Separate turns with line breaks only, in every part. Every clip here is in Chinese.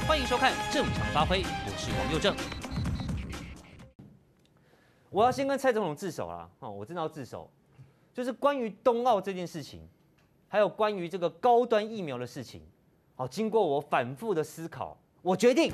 欢迎收看《正常发挥》，我是王佑正。我要先跟蔡总统自首啦，我真的要自首，就是关于冬奥这件事情，还有关于这个高端疫苗的事情，经过我反复的思考，我决定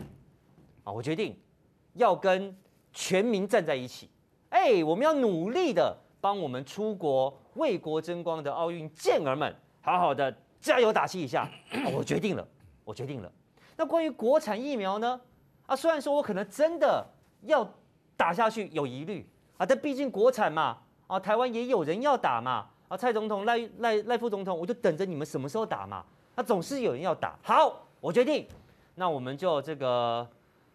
要跟全民站在一起，我们要努力的帮我们出国为国争光的奥运健儿们，好好的加油打气一下。我决定了。那关于国产疫苗呢？虽然说我可能真的要打下去有疑虑但毕竟国产嘛，台湾也有人要打嘛，蔡总统、赖副总统，我就等着你们什么时候打嘛。总是有人要打。好，我决定，那我们就这个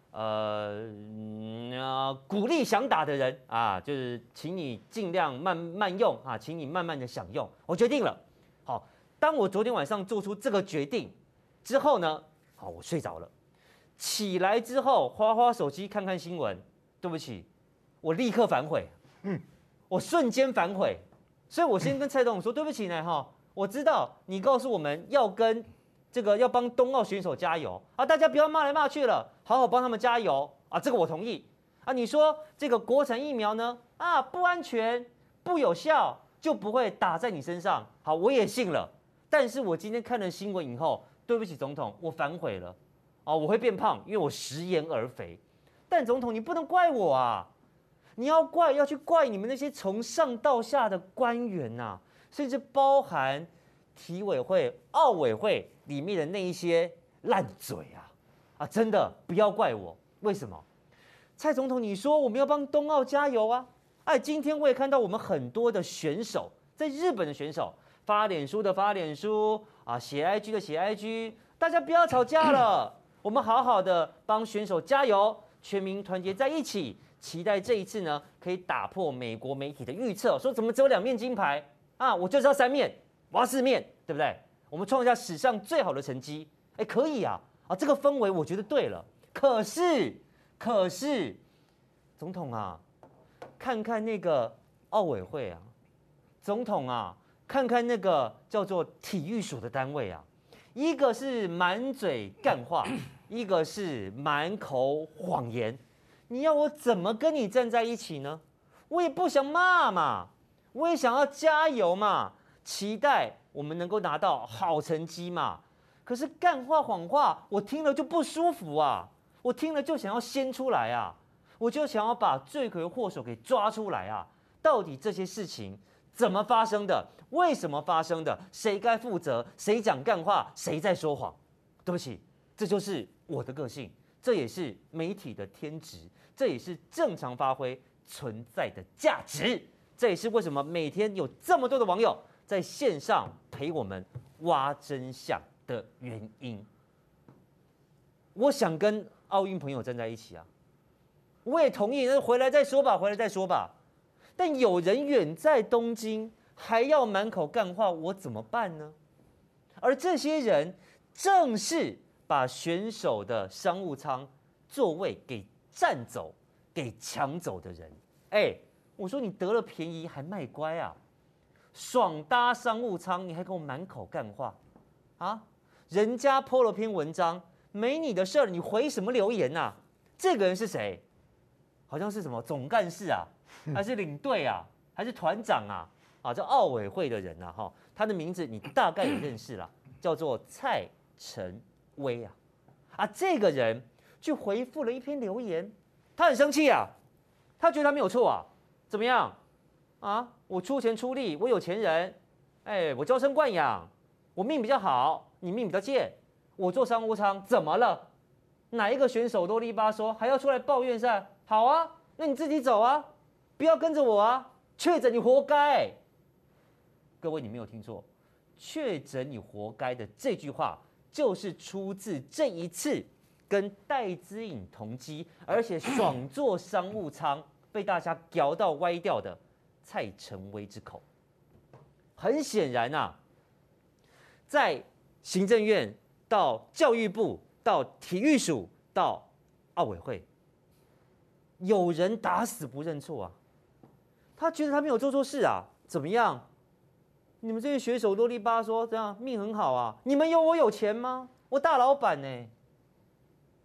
鼓励想打的人就是请你尽量慢用请你慢慢的享用。我决定了。好，当我昨天晚上做出这个决定之后呢，好，我睡着了，起来之后滑手机看看新闻，对不起，我立刻反悔，我瞬间反悔，所以我先跟蔡总统说对不起呢我知道你告诉我们要帮冬奥选手加油大家不要骂来骂去了，好好帮他们加油这个我同意你说这个国产疫苗呢不安全不有效就不会打在你身上，好，我也信了，但是我今天看了新闻以后，对不起总统，我反悔了我会变胖，因为我食言而肥。但总统你不能怪我你要去怪你们那些从上到下的官员甚至包含体委会、奥委会里面的那一些烂嘴真的不要怪我。为什么？蔡总统你说我们要帮冬奥加油今天我也看到我们很多的选手，在日本的选手发脸书的发脸书写 IG 的写 IG， 大家不要吵架了，我们好好的帮选手加油，全民团结在一起，期待这一次呢可以打破美国媒体的预测，说怎么只有2面金牌我就是要3面，我要4面，对不对？我们创下史上最好的成绩，可以这个氛围我觉得对了。可是，总统看看那个奥委会总统看看那个叫做体育署的单位一个是满嘴干话，一个是满口谎言，你要我怎么跟你站在一起呢？我也不想骂嘛，我也想要加油嘛，期待我们能够拿到好成绩嘛。可是干话谎话，我听了就不舒服我听了就想要掀出来我就想要把罪魁祸首给抓出来到底这些事情怎么发生的？为什么发生的？谁该负责？谁讲干话？谁在说谎？对不起，这就是我的个性，这也是媒体的天职，这也是正常发挥存在的价值，这也是为什么每天有这么多的网友在线上陪我们挖真相的原因。我想跟奥运朋友站在一起我也同意，那回来再说吧。但有人远在东京，还要满口干话，我怎么办呢？而这些人正是把选手的商务舱座位给占走、给抢走的人。我说你得了便宜还卖乖爽搭商务舱，你还跟我满口干话人家 po 了篇文章，没你的事儿，你回什么留言这个人是谁？好像是什么总干事还是领队还是团长这奥委会的人他的名字你大概也认识了，叫做蔡成威这个人去回复了一篇留言，他很生气他觉得他没有错怎么样我出钱出力，我有钱人，我娇生惯养，我命比较好，你命比较贱，我坐商务舱怎么了？哪一个选手啰里吧嗦还要出来抱怨噻？好那你自己走不要跟着我确诊你活该。各位你没有听错，确诊你活该的这句话就是出自这一次跟戴资颖同机，而且爽坐商务舱被大家屌到歪掉的蔡成威之口。很显然在行政院到教育部到体育署到奥委会，有人打死不认错他觉得他没有做错事怎么样？你们这些选手啰里吧嗦，这样命很好你们有我有钱吗？我大老板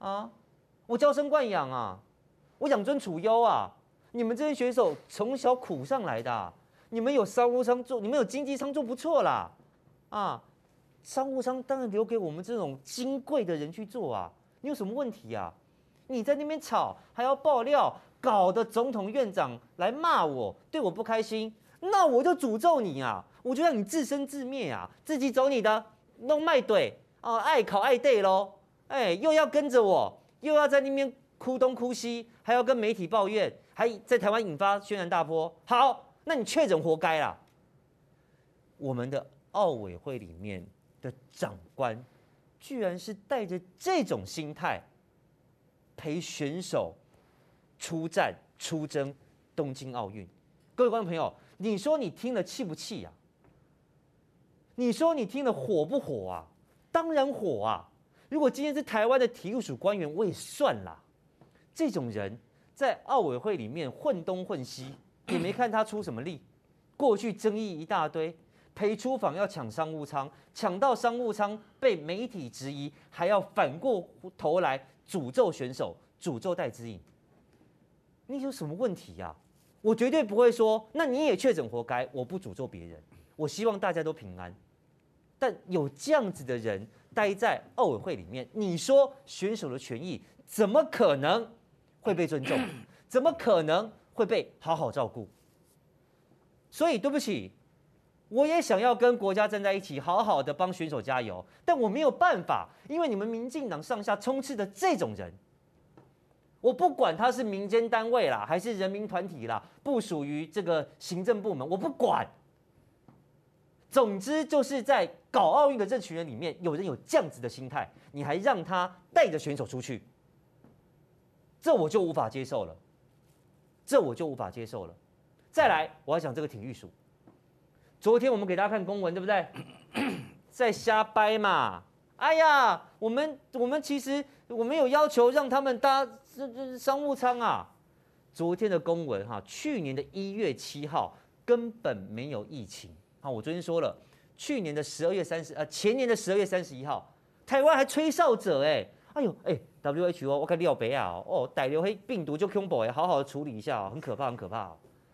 啊，我娇生惯养啊，我养尊处优啊。你们这些选手从小苦上来的啊，你们有商务舱做，你们有经济舱做不错啦，啊，商务舱当然留给我们这种金贵的人去做啊，你有什么问题啊？你在那边吵，还要爆料，搞得总统院长来骂我，对我不开心，那我就诅咒你啊，我就让你自生自灭啊，自己走你的，弄卖怼啊，爱考爱对喽，哎，又要跟着我，又要在那边哭东哭西，还要跟媒体抱怨，还在台湾引发轩然大波。好，那你确诊活该啦。我们的奥委会里面的长官，居然是带着这种心态陪选手出战出征东京奥运。各位观众朋友，你说你听了气不气啊？你说你听了火不火啊？当然火啊！如果今天是台湾的体育署官员，我也算啦。这种人在奥委会里面混东混西，也没看他出什么力。过去争议一大堆，陪出访要抢商务舱，抢到商务舱被媒体质疑，还要反过头来诅咒选手，诅咒戴资颖。你有什么问题呀？我绝对不会说，那你也确诊活该。我不诅咒别人，我希望大家都平安。但有这样子的人待在奥委会里面，你说选手的权益怎么可能会被尊重？怎么可能会被好好照顾？所以对不起，我也想要跟国家站在一起，好好的帮选手加油，但我没有办法，因为你们民进党上下充斥的这种人，我不管他是民间单位啦，还是人民团体啦，不属于这个行政部门，我不管。总之就是在搞奥运的这群人里面，有人有这样子的心态，你还让他带着选手出去，这我就无法接受了，这我就无法接受了。再来，我要讲这个体育署。昨天我们给大家看公文，对不对？在瞎掰嘛！哎呀，我们其实我们有要求让他们搭这商务舱啊。昨天的公文哈，去年的1月7号根本没有疫情。好，我昨天说了，去年的12月30，前年的12月31号，台湾还吹哨者哎呦WHO 我看廖北啊歹流黑病毒就恐怖好好的处理一下很可怕很可怕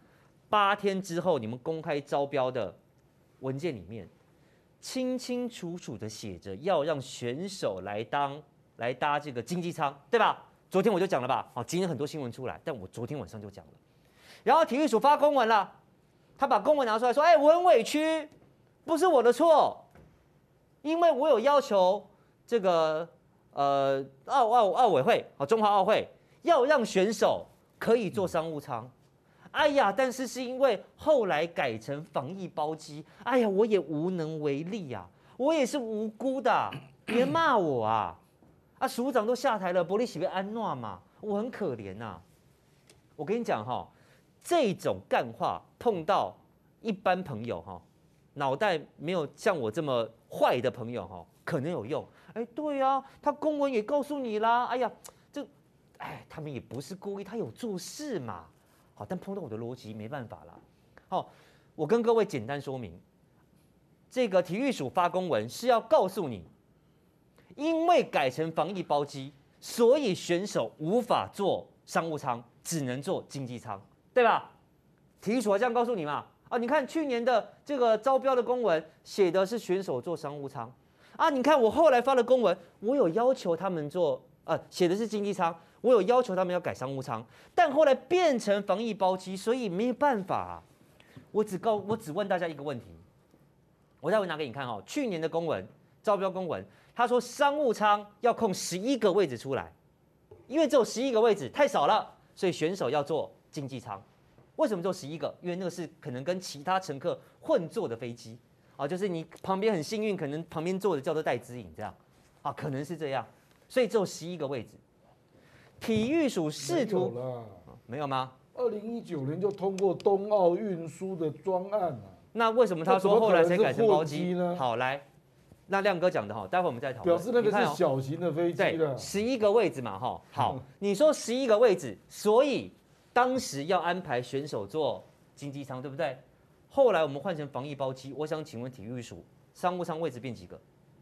8天之后，你们公开招标的文件里面，清清楚楚的写着要让选手来搭这个经济舱，对吧？昨天我就讲了吧，好，今天很多新闻出来，但我昨天晚上就讲了。然后体育署发公文了。他把公文拿出来说：“哎，我很委屈，不是我的错，因为我有要求这个奥委会中华奥会要让选手可以坐商务舱。哎呀，但是因为后来改成防疫包机，哎呀，我也无能为力啊，我也是无辜的，别骂我啊！署长都下台了，伯利喜被安诺嘛，我很可怜呐。我跟你讲哈。”这种干话碰到一般朋友哈，脑袋没有像我这么坏的朋友哈，可能有用。哎，对啊，他公文也告诉你啦。哎呀，他们也不是故意，他有做事嘛。好，但碰到我的逻辑没办法啦。好，我跟各位简单说明，这个体育署发公文是要告诉你，因为改成防疫包机，所以选手无法坐商务舱，只能坐经济舱。对吧？体育署这样告诉你嘛？你看去年的这个招标的公文写的是选手坐商务舱啊。你看我后来发的公文，我有要求他们坐写的是经济舱，我有要求他们要改商务舱，但后来变成防疫包机，所以没有办法啊。我只问大家一个问题，我待会拿给你看哈。去年的公文招标公文，他说商务舱要空11个位置出来，因为只有11个位置太少了，所以选手要坐经济舱。为什么只有11个？因为那个是可能跟其他乘客混坐的飞机就是你旁边很幸运，可能旁边坐的叫做戴资颖这样可能是这样，所以只有11个位置。体育署试图没有吗
？2019年就通过冬奥运输的专案
那为什么他说后来才改成包机呢？好，来，那亮哥讲的待会我们再讨论。
表示那个是小型的飞机
的，11个位置嘛好，你说11个位置，所以。当时要安排选手坐经济舱，对不对？后来我们换成防疫包机，我想请问体育署商务舱位置变几个？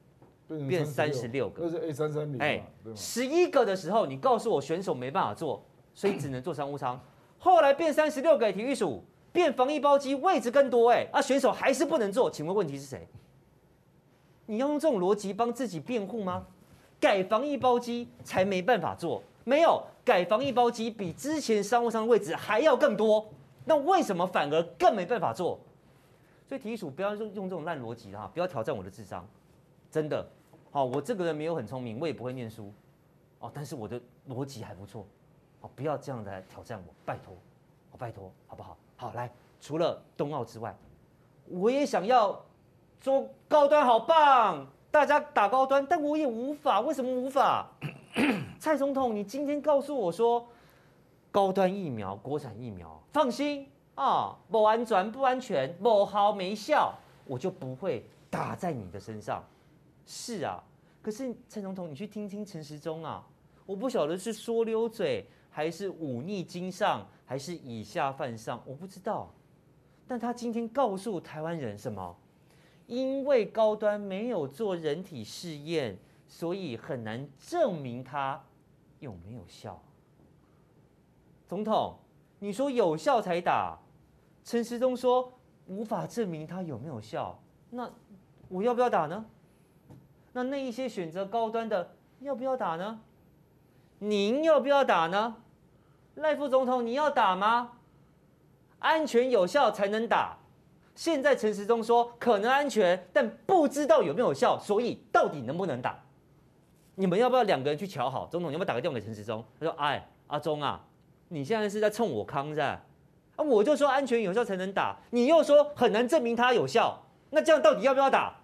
变36个，
那是 A330
哎
对吗
，11个的时候，你告诉我选手没办法做，所以只能做商务舱。后来变36个，体育署变防疫包机，位置更多，选手还是不能做。请问问题是谁？你要用这种逻辑帮自己辩护吗？改防疫包机才没办法做，没有改防疫包机比之前商务舱的位置还要更多，那为什么反而更没办法做？所以体育署不要用这种烂逻辑哈，不要挑战我的智商，真的。好，我这个人没有很聪明，我也不会念书，但是我的逻辑还不错，不要这样来挑战我，拜托，拜托，好不好？好，来，除了冬奥之外，我也想要说高端好棒，大家打高端，但我也无法，为什么无法？蔡总统，你今天告诉我说，高端疫苗、国产疫苗，放心啊，不安全、不安全，不好没效，我就不会打在你的身上。是啊，可是蔡总统，你去听听陈时中啊，我不晓得是说溜嘴，还是忤逆经上，还是以下犯上，我不知道。但他今天告诉台湾人什么？因为高端没有做人体试验，所以很难证明它有没有效。总统，你说有效才打，陈时中说无法证明它有没有效，那我要不要打呢？那一些选择高端的要不要打呢？您要不要打呢？赖副总统，你要打吗？安全有效才能打。现在陈时中说可能安全，但不知道有没有效，所以到底能不能打？你们要不要两个人去瞧好？总统，你要不要打个电话给陈时中？他说：“哎，阿中啊，你现在是在冲我康是吧？我就说安全有效才能打，你又说很难证明它有效，那这样到底要不要打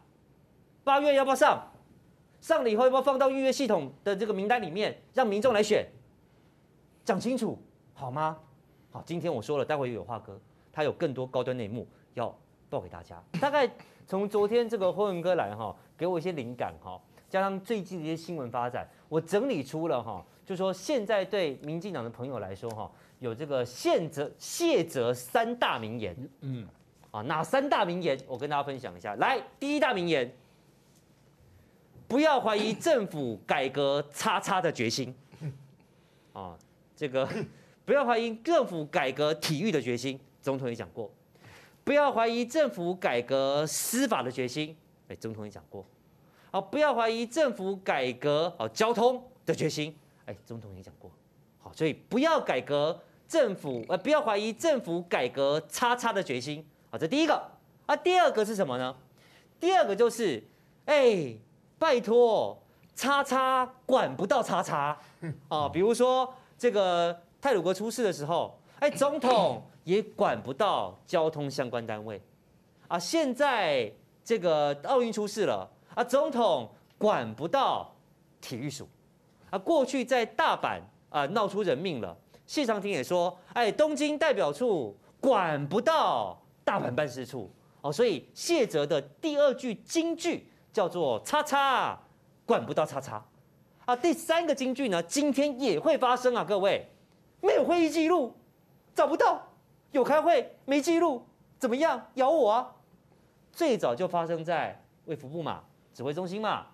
？8月要不要上？上了以后要不要放到预约系统的这个名单里面，让民众来选？讲清楚好吗？好，今天我说了，待会有话哥，他有更多高端内幕要报给大家。大概从昨天这个辉文哥来给我一些灵感加上最近的一些新闻发展，我整理出了就说现在对民进党的朋友来说有这个谢哲3大名言。哪3大名言？我跟大家分享一下。来，第一大名言。不要怀疑政府改革叉叉的决心，这个不要怀疑政府改革体育的决心，总统也讲过；不要怀疑政府改革司法的决心，总统也讲过；不要怀疑政府改革交通的决心，总统也讲过。好，所以不要改革政府，不要怀疑政府改革叉叉的决心。好，这第一个。第二个是什么呢？第二个就是拜托，叉叉管不到叉叉比如说这个太鲁阁出事的时候，总统也管不到交通相关单位现在这个奥运出事了总统管不到体育署过去在大阪闹出人命了，谢长廷也说，东京代表处管不到大阪办事处所以谢哲的第2句金句。叫做叉叉管不到叉叉第3个金句呢，今天也会发生各位，没有会议记录，找不到，有开会没记录，怎么样？咬我最早就发生在卫福部嘛，指挥中心嘛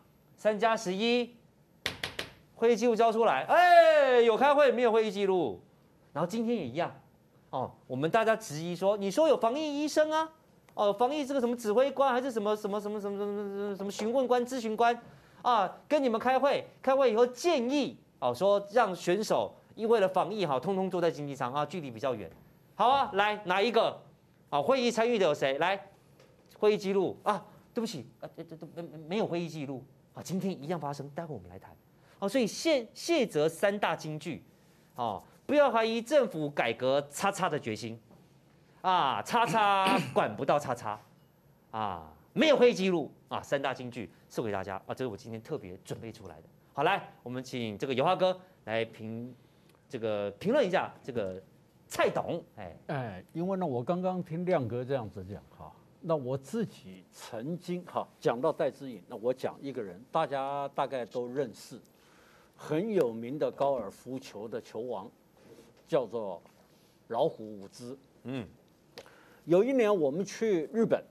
，3+11，会议记录交出来，有开会没有会议记录，然后今天也一样我们大家质疑说，你说有防疫医生防疫这个什么指挥官还是什么询问官、咨询官跟你们开会以后建议说让选手因为了防疫通通坐在经济舱距离比较远。好来哪一个会议参与的有谁？来会议记录对不起没有会议记录今天一样发生，待会我们来谈所以谢哲3大金句不要怀疑政府改革叉叉的决心。叉叉管不到叉叉没有会议记录3大金句送给大家这是我今天特别准备出来的。好，来，我们请这个油花哥来评论一下这个蔡董。
因为呢，我刚刚听亮哥这样子讲那我自己曾经讲到戴资颖，那我讲一个人，大家大概都认识，很有名的高尔夫球的球王，叫做老虎伍兹。有一年我们去日本，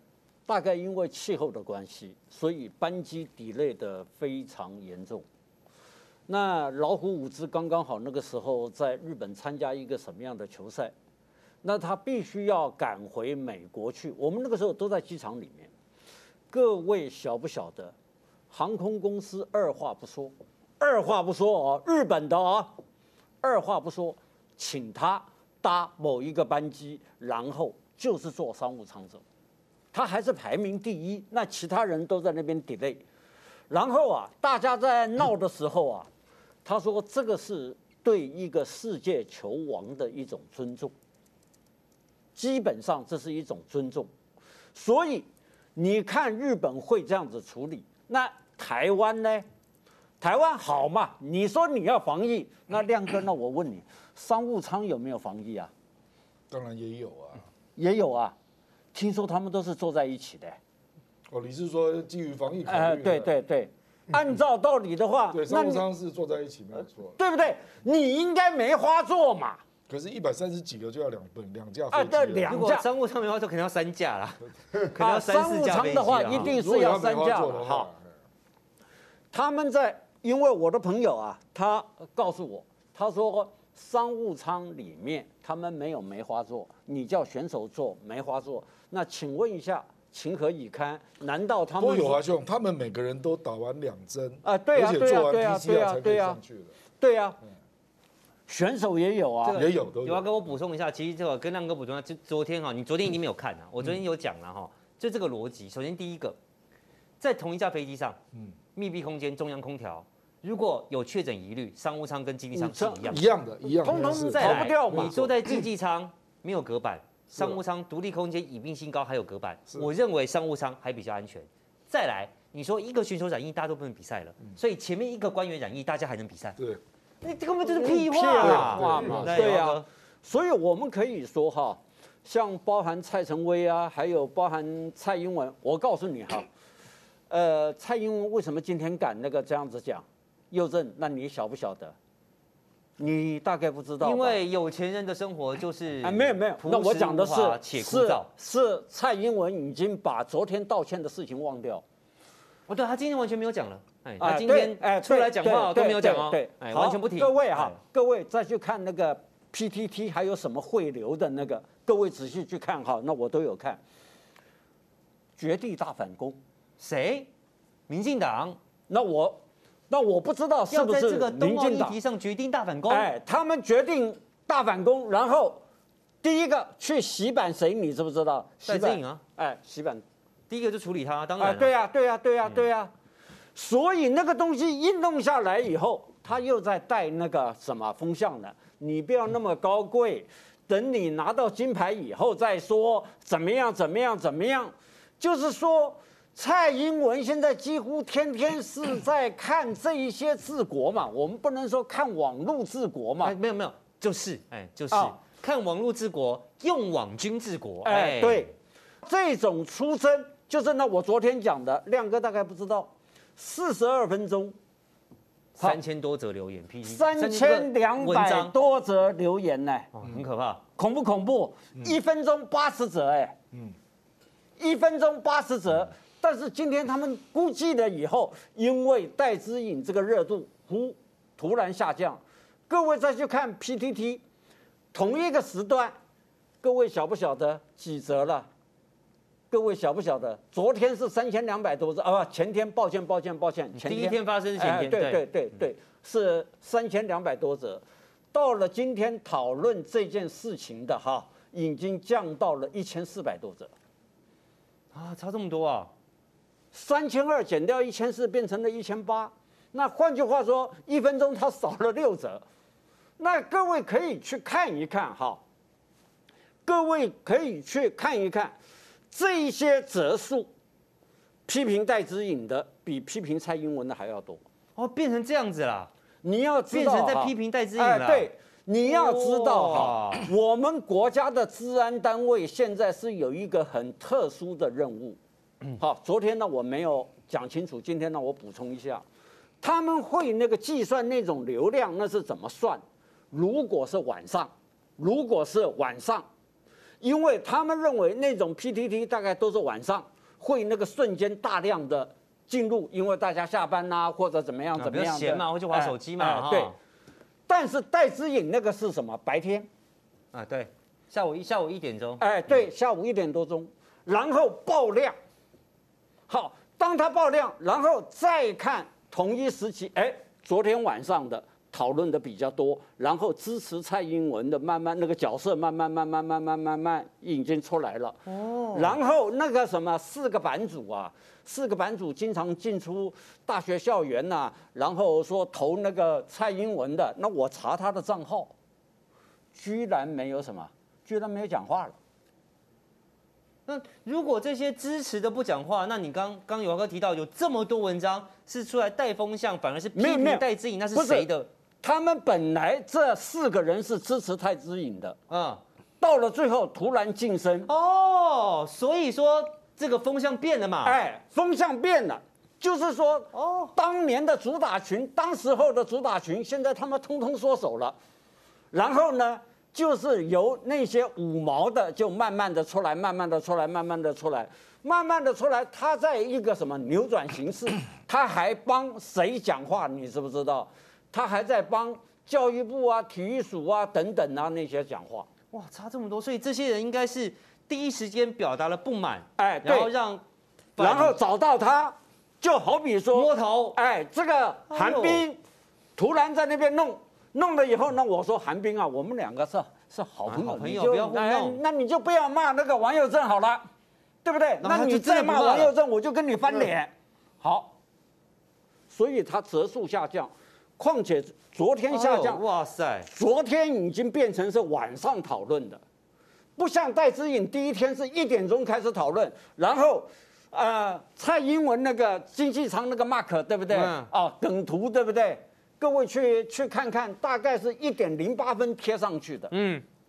大概因为气候的关系，所以班机 delay 的非常严重。那老虎伍兹刚刚好那个时候在日本参加一个什么样的球赛，那他必须要赶回美国去。我们那个时候都在机场里面，各位晓不晓得，航空公司二话不说哦，日本的哦，二话不说，请他搭某一个班机，然后就是坐商务舱走，他还是排名第一，那其他人都在那边 delay。然后啊，大家在闹的时候啊，他说这个是对一个世界球王的一种尊重，基本上这是一种尊重。所以你看日本会这样子处理，那台湾呢？台湾好嘛？你说你要防疫，那亮哥，那我问你，商务舱有没有防疫啊？
当然也有啊，
也有啊，听说他们都是坐在一起的。
哦，你是说基于防疫考虑的？
对对对，按照道理的话，
对，商务舱是坐在一起没有错，
对不对？你应该梅花座嘛。
可是130几个就要两架
啊，
飞机了。
如果商务舱没话说，可能要3架啦，可能要3、4架飞机
商务舱的话，一定是要3架
的。
好，他们因为我的朋友啊，他告诉我，他说商务舱里面他们没有梅花座，你叫选手坐梅花座，那请问一下，情何以堪？难道他们
不有啊兄，他们每个人都打完2针
啊？对啊，
而且做完
对啊，
PCR 才可以上去的。
对啊，选手也有啊，
也有都有。
有要跟我补充一下，其实这个跟亮哥补充一下，就昨天哈，你昨天一定没有看啊，我昨天有讲了哈，就这个逻辑。首先第一个，在同一架飞机上，密闭空间中央空调，如果有确诊疑虑，商务舱跟经济舱是一样的，
通通
是
跑不掉嘛。
你坐在经济舱没有隔板，商务舱独立空间以病性高还有隔板，我认为商务舱还比较安全。再来，你说一个选手染疫，大家都不能比赛了，所以前面一个官员染疫，大家还能比赛？
对，
那根本就是屁话
嘛，对呀。所以我们可以说哈，像包含蔡成威啊，还有包含蔡英文，我告诉你哈，蔡英文为什么今天敢那个这样子讲？佑正，那你晓不晓得？你大概不知道，
因为有钱人的生活就是
没有，那我讲的是蔡英文已经把昨天道歉的事情忘掉。
哦，对，他今天完全没有讲了，他今天出来讲话都没有讲哦，
对，
完全不提。
各位哈，各位再去看那个 PTT 还有什么汇流的那个，各位仔细去看哈，那我都有看。绝地大反攻，
谁？民进党？
那我不知道是不是
要在这个冬奥
民进党
议题上决定大反攻？
他们决定大反攻，然后第一个去洗版谁？你知不知道？
戴资颖啊，
洗版，
第一个就处理他，当然。
对呀。所以那个东西一弄下来以后，他又在带那个什么风向呢？你不要那么高贵，等你拿到金牌以后再说怎么样。就是说。蔡英文现在几乎天天是在看这一些治国嘛，我们不能说看网络治国嘛。
没有，就是看网络治国，用网军治国。
对，这种出征就是我昨天讲的，亮哥大概不知道，42分钟
，3000多则留言
，3200多则留言呢，
很可怕，
恐不恐怖？1分钟80则，1分钟80则。但是今天他们估计了以后，因为戴资颖这个热度突然下降，各位再去看 PTT， 同一个时段，各位晓不晓得几折了？各位晓不晓得？昨天是3200多则啊，前天抱歉，前天
第一天发生是前天，
对，是3200多则。到了今天讨论这件事情的哈，已经降到了1400多则。
啊，差这么多啊
！3200减掉1400，变成了1800。那换句话说，1分钟它少了6折。那各位可以去看一看哈，各位可以去看一看这一些折数，批评戴资颖的比批评蔡英文的还要多。
哦，变成这样子啦！
你要知道，
变成在批评戴资颖了。
对，你要知道哈，我们国家的治安单位现在是有一个很特殊的任务。好，昨天呢我没有讲清楚，今天呢我补充一下，他们会那个计算那种流量，那是怎么算？如果是晚上，因为他们认为那种 PTT 大概都是晚上， 会那个瞬间大量的进入，因为大家下班啦、或者怎么样怎么样的，
比较闲嘛，或者滑手机嘛，
对。但是戴资颖那个是什么？白天
啊，对，下午1点钟，
对，下午1点多钟，然后爆量。好，当它爆量，然后再看同一时期，昨天晚上的讨论的比较多，然后支持蔡英文的慢慢那个角色慢慢已经出来了。然后那个什么4个版主啊，4个版主经常进出大学校园呐，然后说投那个蔡英文的，那我查他的账号，居然没有讲话了。
那如果这些支持的不讲话，那你刚有哥提到有这么多文章是出来带风向，反而是批评戴资颖，那是谁的？
他们本来这4个人是支持戴资颖的，到了最后突然晋升。
所以说这个风向变了嘛？
风向变了，就是说，当年的主打群，当时候的主打群，现在他们通通缩手了，然后呢？就是由那些5毛的，就慢慢的出来，他在一个什么扭转形势，他还帮谁讲话？你知不知道？他还在帮教育部啊、体育署啊等等啊那些讲话。
哇，差这么多，所以这些人应该是第一时间表达了不满，
然
后
然后找到他，就好比说
摸头，
这个韩冰突然在那边弄了以后，那我说韩冰啊，我们2个是好朋友，
不要互弄，
那你就不要骂那个王佑正好了，对不对？那你再骂王佑正，我就跟你翻脸。好，所以他折数下降，况且昨天下降，
哇塞，
昨天已经变成是晚上讨论的，不像戴资颖第一天是1点钟开始讨论，然后蔡英文那个经济舱那个 mark 对不对？梗图对不对？各位去看看，大概是1.08分贴上去的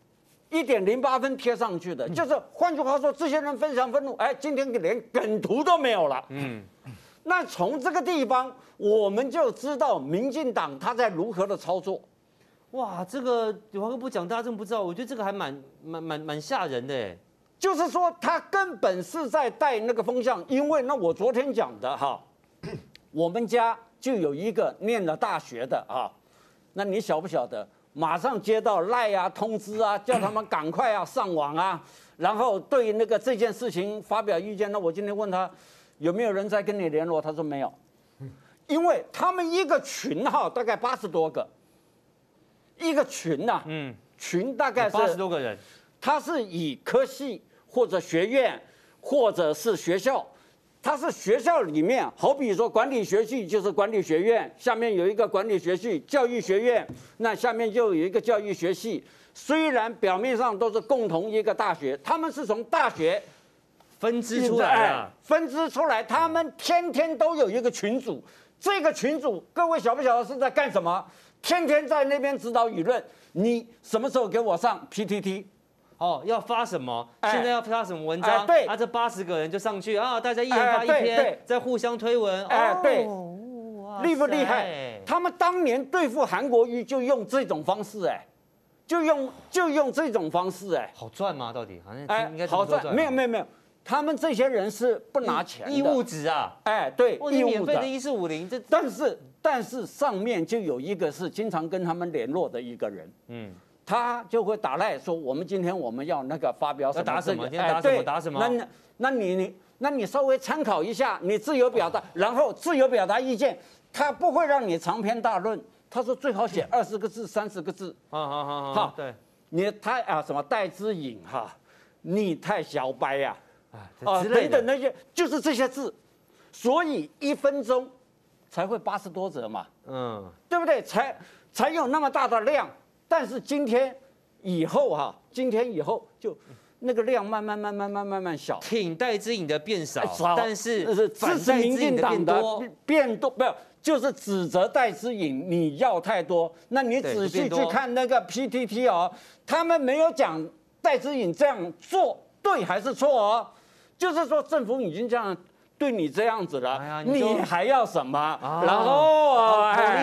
，1.08分贴上去的，就是换句话说，这些人分享愤怒，今天连梗图都没有了，那从这个地方我们就知道民进党他在如何的操作。
哇，这个有华哥不讲，大家真不知道，我觉得这个还蛮吓人的，
就是说他根本是在带那个风向，因为那我昨天讲的哈，我们家。就有一个念了大学的那你晓不晓得？马上接到赖啊通知啊，叫他们赶快上网啊，然后对那个这件事情发表意见。那我今天问他有没有人在跟你联络，他说没有，因为他们一个群大概80多个，一个群群大概是
80多个人，
他是以科系或者学院或者是学校。它是学校里面，好比说管理学系就是管理学院，下面有一个管理学系，教育学院，那下面就有一个教育学系。虽然表面上都是共同一个大学，他们是从大学
分支出来的，
他们天天都有一个群组。这个群组，各位晓不晓得是在干什么？天天在那边指导舆论，你什么时候给我上 PTT？
要发什么？现在要发什么文章？
对，
这80个人就上去大家一人发1篇，再互相推文。
对，厉不厉害？他们当年对付韩国瑜就用这种方式，就用这种方式，
好赚吗？到底好像应该好
赚？没有，他们这些人是不拿钱的，
义务值啊。
对，
义务免费的1450，
但是上面就有一个是经常跟他们联络的一个人，他就会打赖说，我们今天我们要那个发表什么，
打什么？今天打什么？
那你稍微参考一下，你自由表达，然后自由表达意见，他不会让你长篇大论。他说最好写20个字、30个字。
好，对，
你太什么戴资颖你太小白呀，
等
等那些，就是这些字，所以1分钟才会80多则嘛，对不对？才有那么大的量。但是今天以后就那个量慢慢小，
挺戴资颖的变少，但是
支持民进党的变多，没有，就是指责戴资颖你要太多。那你仔细去看那个 PTT 他们没有讲戴资颖这样做对还是错就是说政府已经这样对你这样子了，你还要什么？然后
火力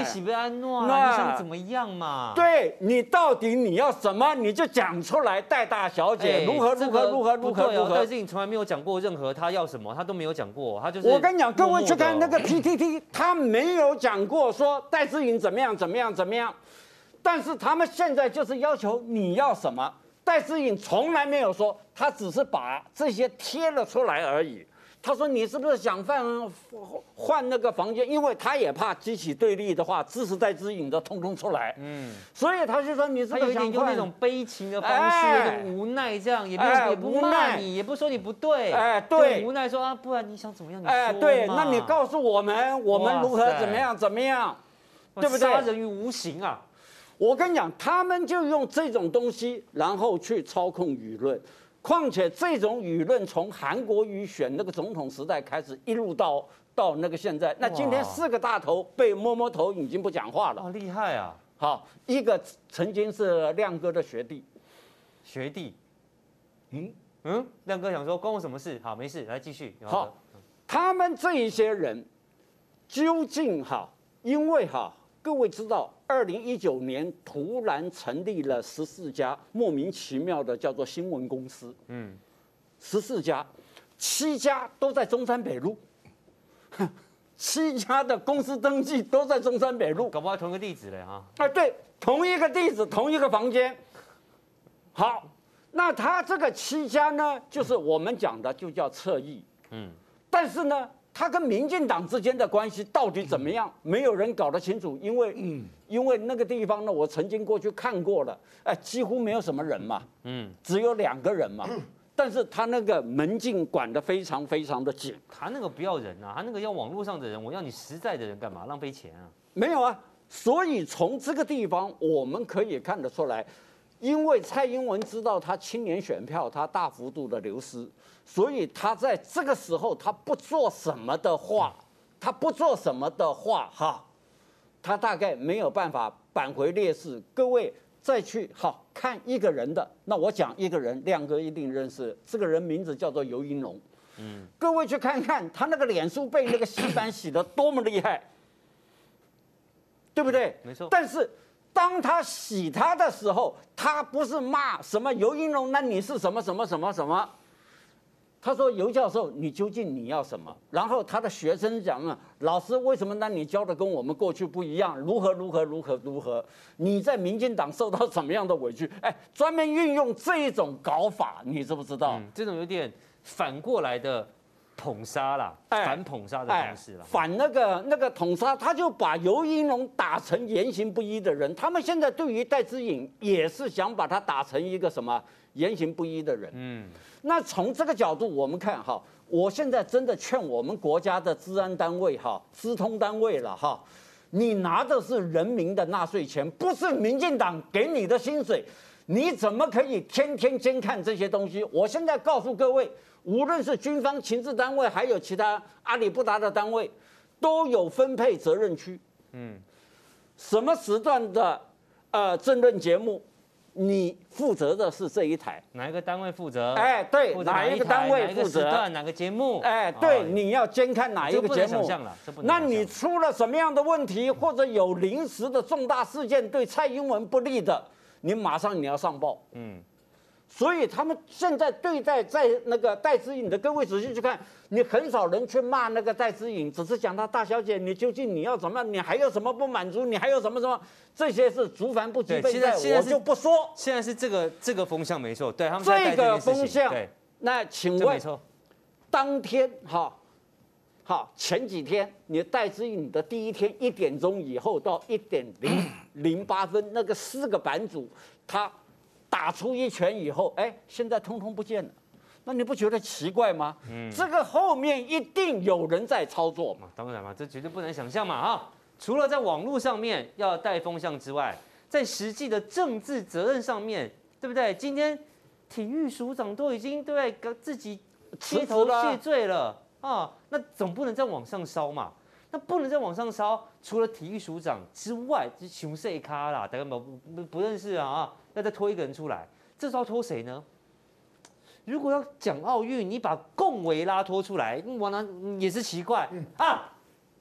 喜不安诺啊？
那
你想怎么样嘛？
对你到底你要什么，你就讲出来。戴大小姐如何如何如何如何如何。
戴资颖从来没有讲过任何他要什么，他都没有讲过，他就是
我跟你讲，各位去看那个
默
PTT， 他没有讲过说戴资颖怎么样怎么样怎么样，但是他们现在就是要求你要什么。戴资颖从来没有说，他只是把这些贴了出来而已。他说：“你是不是想换那个房间？因为他也怕激起对立的话，支持戴资颖的通通出来。所以他就说你是不
他有
是想换
一点用那种悲情的方式，有点无奈，这样也不骂你，也不说你不对，
对，
无奈说啊，不然你想怎么样？你说
对，
嘛
那你告诉我们如何怎么样怎么样，对不对？
杀人于无形啊！
我跟你讲，他们就用这种东西，然后去操控舆论。”况且这种舆论从韩国瑜选那个总统时代开始，一路到那个现在，那今天4个大头被摸头，已经不讲话了。
哇，厉害啊！
好，一个曾经是亮哥的学弟，
亮哥想说关我什么事？好，没事，来继续。
好，他们这一些人究竟因为各位知道，2019年突然成立了14家莫名其妙的叫做新闻公司，14家，7家都在中山北路，7家的公司登记都在中山北路，
搞不好同一个地址嘞哈。
对，同一个地址，同一个房间。好，那他这个7家呢，就是我们讲的就叫侧翼，但是呢。他跟民进党之间的关系到底怎么样？没有人搞得清楚，因为那个地方呢，我曾经过去看过了，几乎没有什么人嘛，只有2个人嘛，但是他那个门禁管得非常非常的紧。
他那个不要人啊，他那个要网络上的人，我要你实在的人干嘛？浪费钱啊！
没有啊，所以从这个地方我们可以看得出来，因为蔡英文知道他青年选票他大幅度的流失。所以他在这个时候，他不做什么的话，他大概没有办法扳回劣势。各位再去看一个人的，那我讲一个人，亮哥一定认识，这个人名字叫做游盈隆。各位去看看他那个脸书被那个洗版洗得多么厉害，对不对？
没错。
但是当他洗他的时候，他不是骂什么游盈隆，那你是什么什么什么什么。他说：“游教授，你究竟你要什么？”然后他的学生讲啊，老师，为什么那你教的跟我们过去不一样？如何？你在民进党受到什么样的委屈？专门运用这一种搞法，你知不知道？
这种有点反过来的捧杀啦，反捧杀的方式啦。
反那个捧杀，他就把游盈隆打成言行不一的人。他们现在对于戴资颖也是想把他打成一个什么言行不一的人。那从这个角度我们看我现在真的劝我们国家的治安单位资通单位了你拿的是人民的纳税钱，不是民进党给你的薪水，你怎么可以天天监看这些东西？我现在告诉各位，无论是军方情治单位，还有其他阿里不达的单位，都有分配责任区。什么时段的政论节目？你负责的是这一台，
哪一个单位负责？
对，哪一个单位负责？
哪个节目？
对，你要监看哪一个节目？那你出了什么样的问题，或者有临时的重大事件对蔡英文不利的，你马上你要上报。所以他们现在对待在那个戴资颖的，各位仔细去看，你很少人去骂那个戴资颖，只是讲他大小姐，你究竟你要怎么样？你还有什么不满足？你还有什么？这些是竹凡不及备载，我就不说。
现在是这个风向没错，对他们
这个风向。那请问，当天前几天你戴资颖的第一天1点钟以后到1点08分，那个4个版主他打出一拳以后，现在通通不见了，那你不觉得奇怪吗？这个后面一定有人在操作嘛。
当然嘛，这绝对不能想象嘛除了在网络上面要带风向之外，在实际的政治责任上面，对不对？今天体育署长都已经对不对自己切头谢罪了那总不能再往上烧嘛。那不能再往上烧，除了体育署长之外，就熊谁咖啦，大家不认识要再拖一个人出来，这时候拖谁呢？如果要讲奥运，你把共维拉拖出来，也是奇怪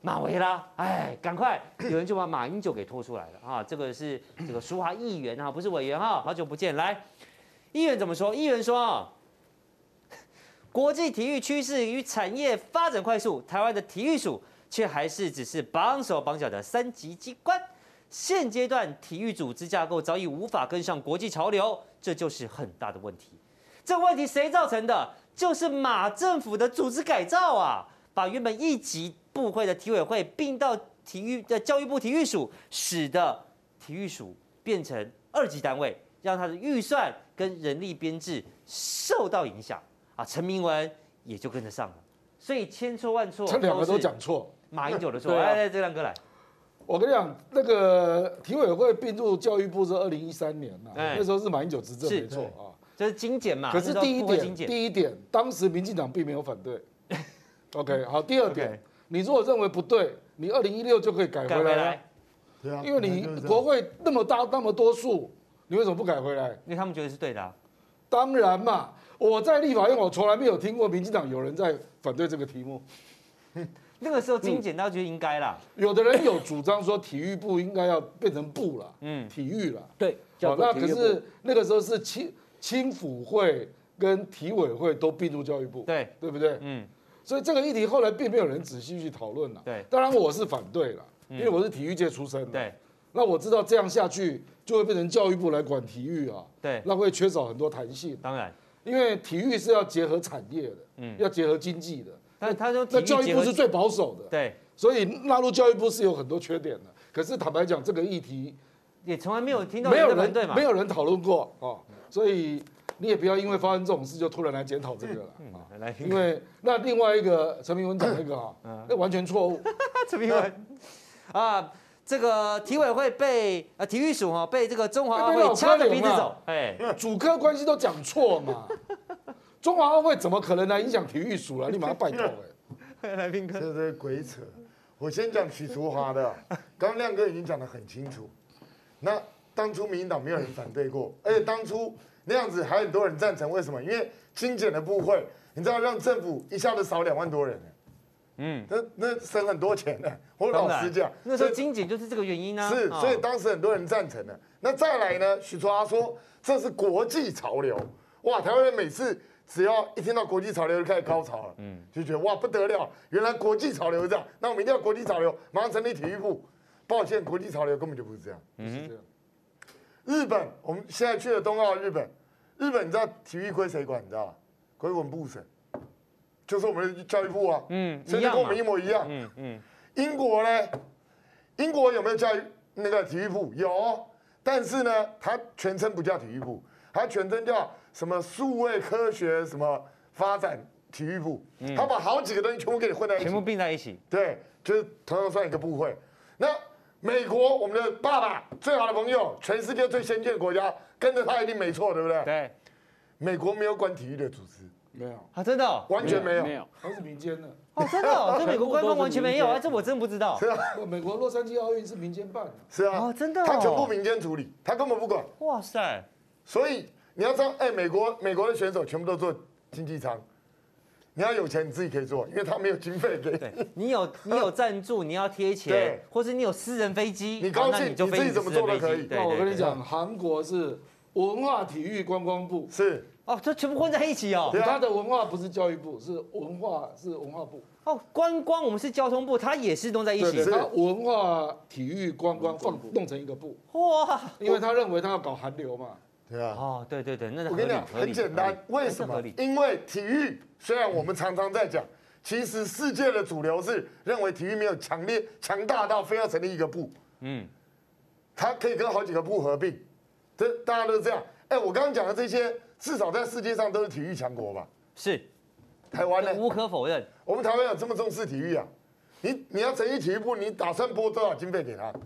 马维拉，哎，赶快，有人就把马英九给拖出来了啊！这个是这个舒华议员啊，不是委员哈，好久不见。来，议员怎么说？议员说啊，国际体育趋势与产业发展快速，台湾的体育署却还是只是绑手绑脚的3级机关。现阶段体育组织架构早已无法跟上国际潮流，这就是很大的问题。这个问题谁造成的？就是马政府的组织改造啊，把原本1级部会的体委会并到教育部体育署，使得体育署变成2级单位，让它的预算跟人力编制受到影响啊。陈明文也就跟着上了，所以千错万错，
这两个都讲错。
马英九的错。来，这亮哥来。
我跟你讲，那个体委会并入教育部是2013年呐，那时候是马英九执政，没错啊。
这是精简嘛？
可是第一点，当时民进党并没有反对。OK， 好，第二点，你如果认为不对，你2016就可以改回来。
对啊，
因为你国会那么大那么多数，你为什么不改回来？
因为他们觉得是对的啊。
当然嘛，我在立法院我从来没有听过民进党有人在反对这个题目。
那个时候精简到觉得应该啦。
有的人有主张说体育部应该要变成部了，体育了。
对，
那可是那个时候是青辅会跟体委会都并入教育部，对不对？所以这个议题后来并没有人仔细去讨论了。
对，
当然我是反对了，因为我是体育界出身的。
对，
那我知道这样下去就会变成教育部来管体育啊。
对，
那会缺少很多弹性。
当然，
因为体育是要结合产业的，要结合经济的。
但他说
那教育部是最保守的。
对，
所以纳入教育部是有很多缺点的。可是坦白讲，这个议题
也从来没有听到人反对嘛，
没有人讨论过哦。所以你也不要因为发生这种事就突然来检讨这个了啊。因为那另外一个陈明文讲那个啊，那完全错误。
陈明文啊，这个体委会被体育署哈被这个中华奥会掐着鼻子走，哎，
主客关系都讲错嘛。中华奥会怎么可能来影响体育署了？你马上拜托哎。
来宾哥，
这是鬼扯。我先讲许淑华的，刚刚亮哥已经讲得很清楚。那当初民进党没有人反对过，而且当初那样子还很多人赞成，为什么？因为精简的部会，你知道让政府一下子少2万多人，那省很多钱呢。我老实讲，
那时候精简就是这个原因啊。
是，所以当时很多人赞成的。那再来呢？许淑华说这是国际潮流，哇，台湾人每次只要一听到国际潮流就开始高潮了，就觉得哇不得了，原来国际潮流是这样，那我们一定要国际潮流，马上成立体育部。抱歉，国际潮流根本就不是这样，不是这样。日本，我们现在去了冬奥，日本你知道体育归谁管？你知道吗？归文部省，就是我们的教育部啊，所以跟我们一模一样。英国呢？英国有没有教育那个体育部？有，但是呢，它全称不叫体育部，它全称叫什么数位科学什么发展体育部，它把好几个东西全部给你混在一起，
全部并在一起。
对，就是同样算一个部会。那美国，我们的爸爸最好的朋友，全世界最先进的国家，跟着他一定没错，对不对？
对，
美国没有管体育的组织，
没有
啊，真的
完全没有，
没有，
都是民间的。
哦，真的哦，这美国官方完全没有啊，这我真不知道。
是啊，
美国洛杉矶奥运是民间办的。
是啊，
哦，真的，
他全部民间处理，他根本不管。
哇塞，
所以你要知道，美国的选手全部都做经济舱。你要有钱，你自己可以做，因为他没有经费给
你有赞助，你要贴钱，或是你有私人飞机，
你高兴，你自己怎么做都可以。
那我跟你讲，韩国是文化体育观光部，
是
哦，这全部混在一起哦。
他的文化不是教育部，是文化部。
哦，观光我们是交通部，它也是弄在一起。
他文化体育观光弄成一个部。
哇，
因为他认为他要搞韩流嘛。
对啊，
哦，对，那
我跟你讲，很简单，为什么？因为体育虽然我们常常在讲，其实世界的主流是认为体育没有强大到非要成立一个部，它可以跟好几个部合并，这大家都是这样。我刚刚讲的这些，至少在世界上都是体育强国吧？
是，
台湾呢？
无可否认，
我们台湾有这么重视体育啊？你要成立体育部，你打算拨多少经费给他？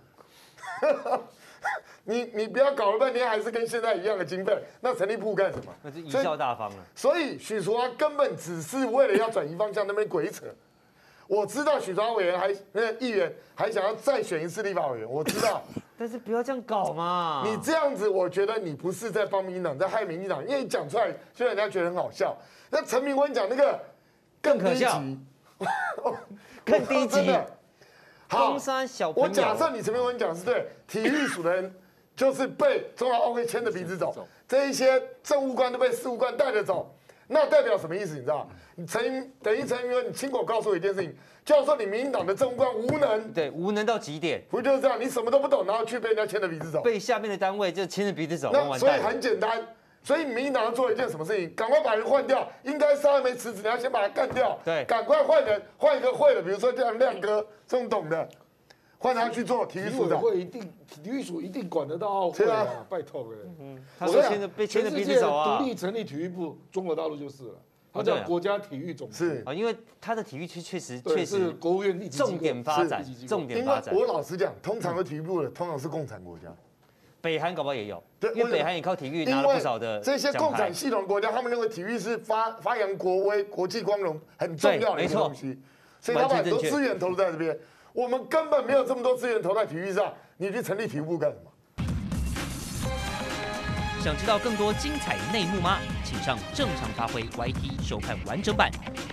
你不要搞了半天还是跟现在一样的经费，那成立部干什么？
那是贻笑大方了。
所以许淑华根本只是为了要转移方向，那边鬼扯。我知道许淑华委员议员还想要再选一次立法委员，我知道。
但是不要这样搞嘛！
你这样子，我觉得你不是在帮民进党，在害民进党，因为你讲出来，就让人家觉得很好笑。那陈明文讲那个
更可笑，更低级。 中山小朋友，
我假设你陈明文讲是对，体育署的人就是被中华奥会牵着鼻子走，这一些政务官都被事务官带着走，那代表什么意思？你知道？等于陈明文，你亲口告诉我一件事情，就是说你民进党的政务官无能，
对，无能到极点，
不就是这样？你什么都不懂，然后去被人家牵着鼻子走，
被下面的单位就牵着鼻子走，
那所以很简单。所以民进党要做一件什么事情？赶快把人换掉，应该是还没辞职，你要先把他干掉。
对，
赶快换人，换一个会的，比如说像亮哥这种懂的，换他去做体育署长。
体育署一定管得到奥会啊，拜托了。
他说被牵着鼻子走啊。
独立成立体育部，中国大陆就是了，它叫国家体育总局。
是
啊，因为他的体育区确实
是国务院
重点发展，重点发展。
因为我老实讲，通常的体育部的通常是共产国家。
北韩搞不好也有，因为北韩也靠体育拿了不少的
这些共产系统国家，他们认为体育是发扬国威、国际光荣很重要的一个东西，所以他把很多资源投入在这边。我们根本没有这么多资源投在体育上，你去成立体育部干什么？
想知道更多精彩内幕吗？请上正常发挥 YT 收看完整版。